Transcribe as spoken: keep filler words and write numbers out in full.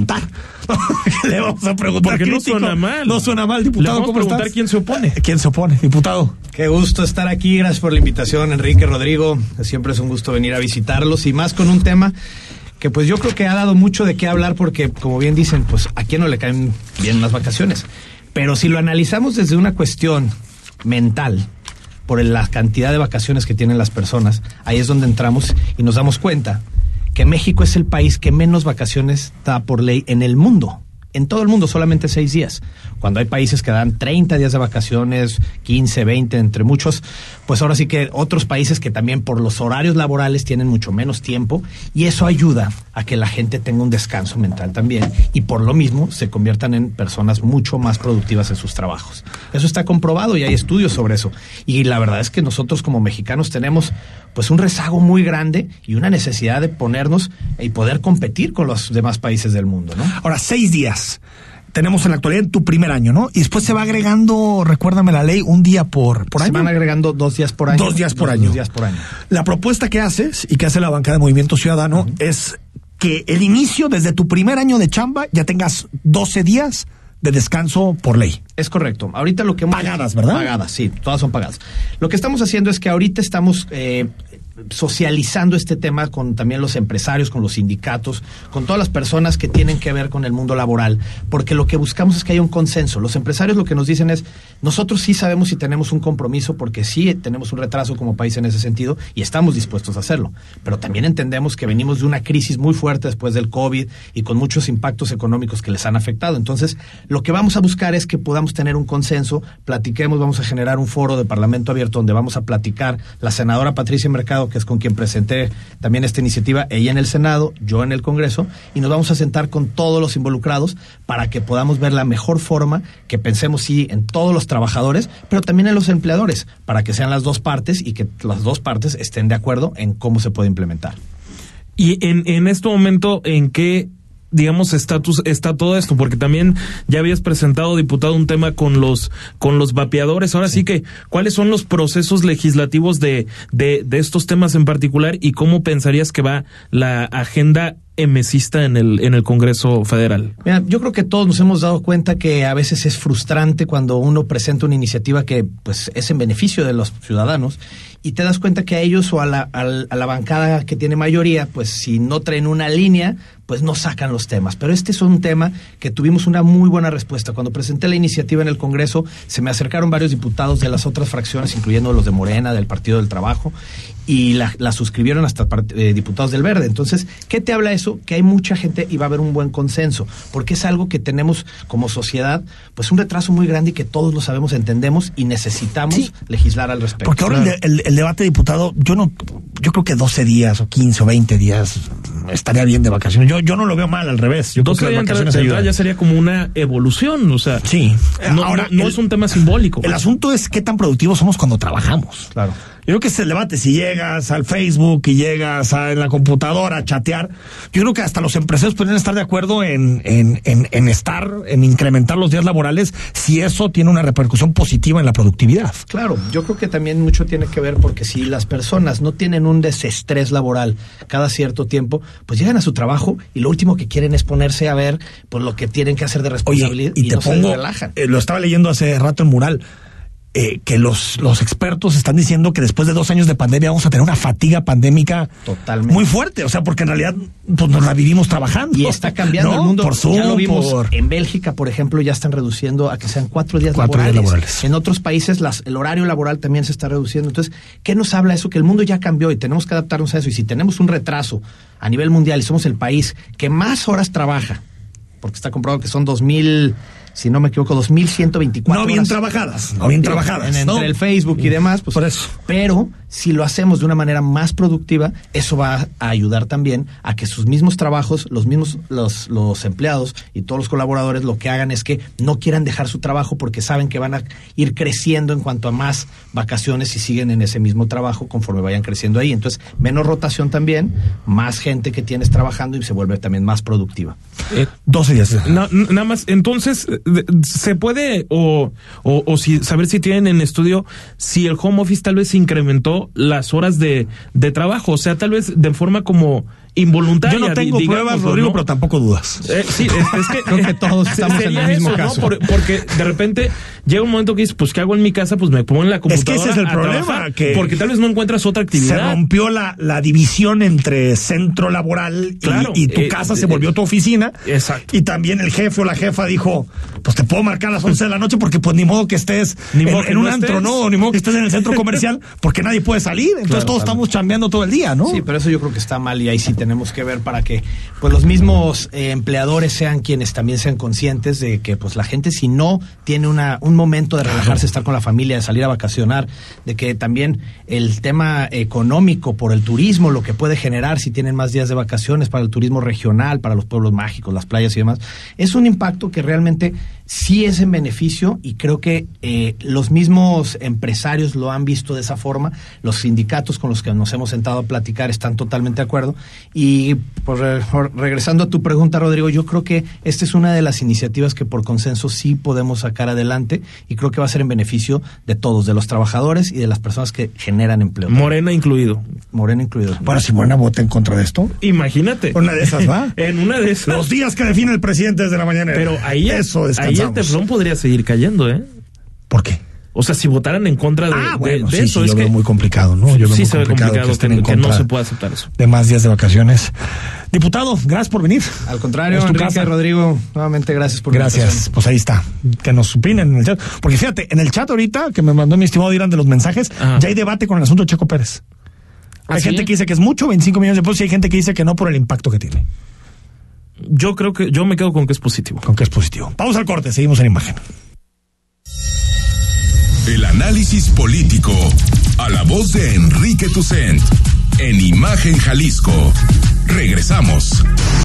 preguntar. Le vamos a preguntar. Porque crítico. no suena mal. No suena mal, diputado. Le vamos ¿Cómo a preguntar estás? quién se opone. ¿Quién se opone, diputado? Qué gusto estar aquí. Gracias por la invitación, Enrique, Rodrigo. Siempre es un gusto venir a visitarlos y más con un tema que pues yo creo que ha dado mucho de qué hablar porque, como bien dicen, pues a quién no le caen bien las vacaciones. Pero si lo analizamos desde una cuestión mental, por la cantidad de vacaciones que tienen las personas, ahí es donde entramos y nos damos cuenta que México es el país que menos vacaciones da por ley en el mundo. En todo el mundo solamente seis días. Cuando hay países que dan treinta días de vacaciones, quince, veinte, entre muchos, pues ahora sí que otros países que también por los horarios laborales tienen mucho menos tiempo y eso ayuda a que la gente tenga un descanso mental también y por lo mismo se conviertan en personas mucho más productivas en sus trabajos. Eso está comprobado y hay estudios sobre eso. Y la verdad es que nosotros como mexicanos tenemos pues un rezago muy grande y una necesidad de ponernos y poder competir con los demás países del mundo, ¿no? Ahora, seis días. Tenemos en la actualidad en tu primer año, ¿no? Y después se va agregando, recuérdame la ley, un día por, por se año. Se van agregando dos días por año. Dos días por dos, año. Dos días por año. La propuesta que haces y que hace la bancada de Movimiento Ciudadano uh-huh. es que el inicio, desde tu primer año de chamba, ya tengas doce días de descanso por ley. Es correcto. Ahorita lo que hemos... Pagadas, ¿verdad? Pagadas, sí, todas son pagadas. Lo que estamos haciendo es que ahorita estamos eh, socializando este tema con también los empresarios, con los sindicatos, con todas las personas que tienen que ver con el mundo laboral, porque lo que buscamos es que haya un consenso. Los empresarios lo que nos dicen es, nosotros sí sabemos si tenemos un compromiso, porque sí tenemos un retraso como país en ese sentido, y estamos dispuestos a hacerlo. Pero también entendemos que venimos de una crisis muy fuerte después del COVID, y con muchos impactos económicos que les han afectado. Entonces, lo que vamos a buscar es que podamos tener un consenso, platiquemos, vamos a generar un foro de Parlamento Abierto donde vamos a platicar, la senadora Patricia Mercado, que es con quien presenté también esta iniciativa, ella en el Senado, yo en el Congreso, y nos vamos a sentar con todos los involucrados para que podamos ver la mejor forma, que pensemos sí en todos los trabajadores, pero también en los empleadores, para que sean las dos partes y que las dos partes estén de acuerdo en cómo se puede implementar. Y en, en este momento, ¿en qué digamos estatus está todo esto? Porque también ya habías presentado, diputado, un tema con los con los vapeadores. Ahora sí, sí que, ¿cuáles son los procesos legislativos de, de de estos temas en particular y cómo pensarías que va la agenda emesista en el en el Congreso Federal? Mira, yo creo que todos nos hemos dado cuenta que a veces es frustrante cuando uno presenta una iniciativa que pues es en beneficio de los ciudadanos y te das cuenta que a ellos o a la, a la, a la bancada que tiene mayoría, pues si no traen una línea, pues no sacan los temas. Pero este es un tema que tuvimos una muy buena respuesta. Cuando presenté la iniciativa en el Congreso, se me acercaron varios diputados de las otras fracciones, incluyendo los de Morena, del Partido del Trabajo, y la, la suscribieron hasta eh, diputados del Verde. Entonces, ¿qué te habla eso? Que hay mucha gente y va a haber un buen consenso, porque es algo que tenemos como sociedad, pues un retraso muy grande y que todos lo sabemos, entendemos y necesitamos sí. legislar al respecto. Porque ahora claro. el, el, el debate, diputado, yo no, yo creo que doce días o quince o veinte días estaría bien de vacaciones. Yo, yo no lo veo mal, al revés. Yo creo que las vacaciones ayudan. Ya sería como una evolución, o sea. Sí. No, ahora, no, no el, es un tema simbólico. El asunto es qué tan productivos somos cuando trabajamos. Claro. Yo creo que es el debate, si llegas al Facebook y llegas a, en la computadora a chatear, yo creo que hasta los empresarios podrían estar de acuerdo en, en, en, en estar, en incrementar los días laborales, si eso tiene una repercusión positiva en la productividad. Claro, yo creo que también mucho tiene que ver porque si las personas no tienen un desestrés laboral cada cierto tiempo, pues llegan a su trabajo y lo último que quieren es ponerse a ver pues lo que tienen que hacer de responsabilidad. Oye, y, y te no pongo, se relajan. Eh, lo estaba leyendo hace rato en Mural. Eh, que los, los expertos están diciendo que después de dos años de pandemia vamos a tener una fatiga pandémica totalmente muy fuerte, o sea, porque en realidad pues nos la vivimos trabajando. Y está cambiando ¿no? el mundo. Por Zoom, ya lo vimos por... en Bélgica, por ejemplo, ya están reduciendo a que sean cuatro días, cuatro laborales. días laborales. En otros países las, el horario laboral también se está reduciendo. Entonces, ¿qué nos habla eso? Que el mundo ya cambió y tenemos que adaptarnos a eso. Y si tenemos un retraso a nivel mundial y somos el país que más horas trabaja, porque está comprobado que son dos mil... si no me equivoco, dos mil ciento veinticuatro No bien horas. trabajadas, no bien Digo, trabajadas. En, ¿no? Entre el Facebook y demás, pues. Por eso. Pero si lo hacemos de una manera más productiva, eso va a ayudar también a que sus mismos trabajos, los mismos, los, los empleados y todos los colaboradores lo que hagan es que no quieran dejar su trabajo porque saben que van a ir creciendo en cuanto a más vacaciones y siguen en ese mismo trabajo conforme vayan creciendo ahí. Entonces, menos rotación también, más gente que tienes trabajando y se vuelve también más productiva. Eh, doce días. No, nada más, entonces, ¿se puede o, o, o si saber si tienen en estudio si el home office tal vez incrementó las horas de, de trabajo? O sea, tal vez de forma como involuntaria. Yo no tengo di- pruebas, digámoslo, Rodrigo, ¿no? pero tampoco dudas. Eh, sí, es, es que Creo que todos estamos en sería el mismo eso, ¿no? caso. Por- porque de repente llega un momento que dices, pues, ¿qué hago en mi casa? Pues me pongo en la Es que computadora ese es el a problema, trabajar, que porque tal vez no encuentras otra Se actividad. rompió la, la división entre centro laboral y, Claro, y tu eh, casa eh, se volvió tu oficina. Exacto. Y también el jefe o la jefa dijo, pues te puedo marcar a las once de la noche porque pues ni modo que estés Ni en, modo que en un no antro, estés. no, ni modo que estés en el centro comercial porque nadie puede salir. Entonces Claro, todos claro. estamos chambeando todo el día, ¿no? Sí, pero eso yo creo que está mal y ahí sí tenemos que ver para que pues los mismos eh, empleadores sean quienes también sean conscientes de que pues la gente si no tiene una un momento de relajarse, estar con la familia, de salir a vacacionar, de que también el tema económico por el turismo, lo que puede generar si tienen más días de vacaciones para el turismo regional, para los pueblos mágicos, las playas y demás, es un impacto que realmente sí es en beneficio y creo que eh, los mismos empresarios lo han visto de esa forma, los sindicatos con los que nos hemos sentado a platicar están totalmente de acuerdo y por, por, regresando a tu pregunta, Rodrigo, yo creo que esta es una de las iniciativas que por consenso sí podemos sacar adelante y creo que va a ser en beneficio de todos, de los trabajadores y de las personas que generan empleo. Morena incluido. Morena incluido. Bueno, si Morena vota en contra de esto, Imagínate. una de esas va. En una de esas. Los días que define el presidente desde la mañana. Pero ahí, eso ahí descansamos. el teflón podría seguir cayendo, ¿eh? ¿por qué? O sea, si votaran en contra de, Ah, de- bueno, de sí, eso, sí, es yo que veo muy complicado, ¿no? Yo veo sí muy se ve complicado complicado que, estén en que no contra se puede aceptar eso. de más días de vacaciones. Diputado, gracias por venir. Al contrario, Es tu Enrique, casa. Rodrigo, nuevamente gracias por la Gracias, invitación. pues ahí está. Que nos opinen en el chat. Porque fíjate, en el chat ahorita que me mandó mi estimado Dirán de los mensajes, Ajá. ya hay debate con el asunto de Checo Pérez. ¿Ah, Hay sí? gente que dice que es mucho, veinticinco millones de pesos, y hay gente que dice que no por el impacto que tiene, Yo creo que, yo me quedo con que es positivo. con que es positivo. Vamos al corte, seguimos en imagen. El análisis político a la voz de Enrique Tucent en Imagen Jalisco. Regresamos.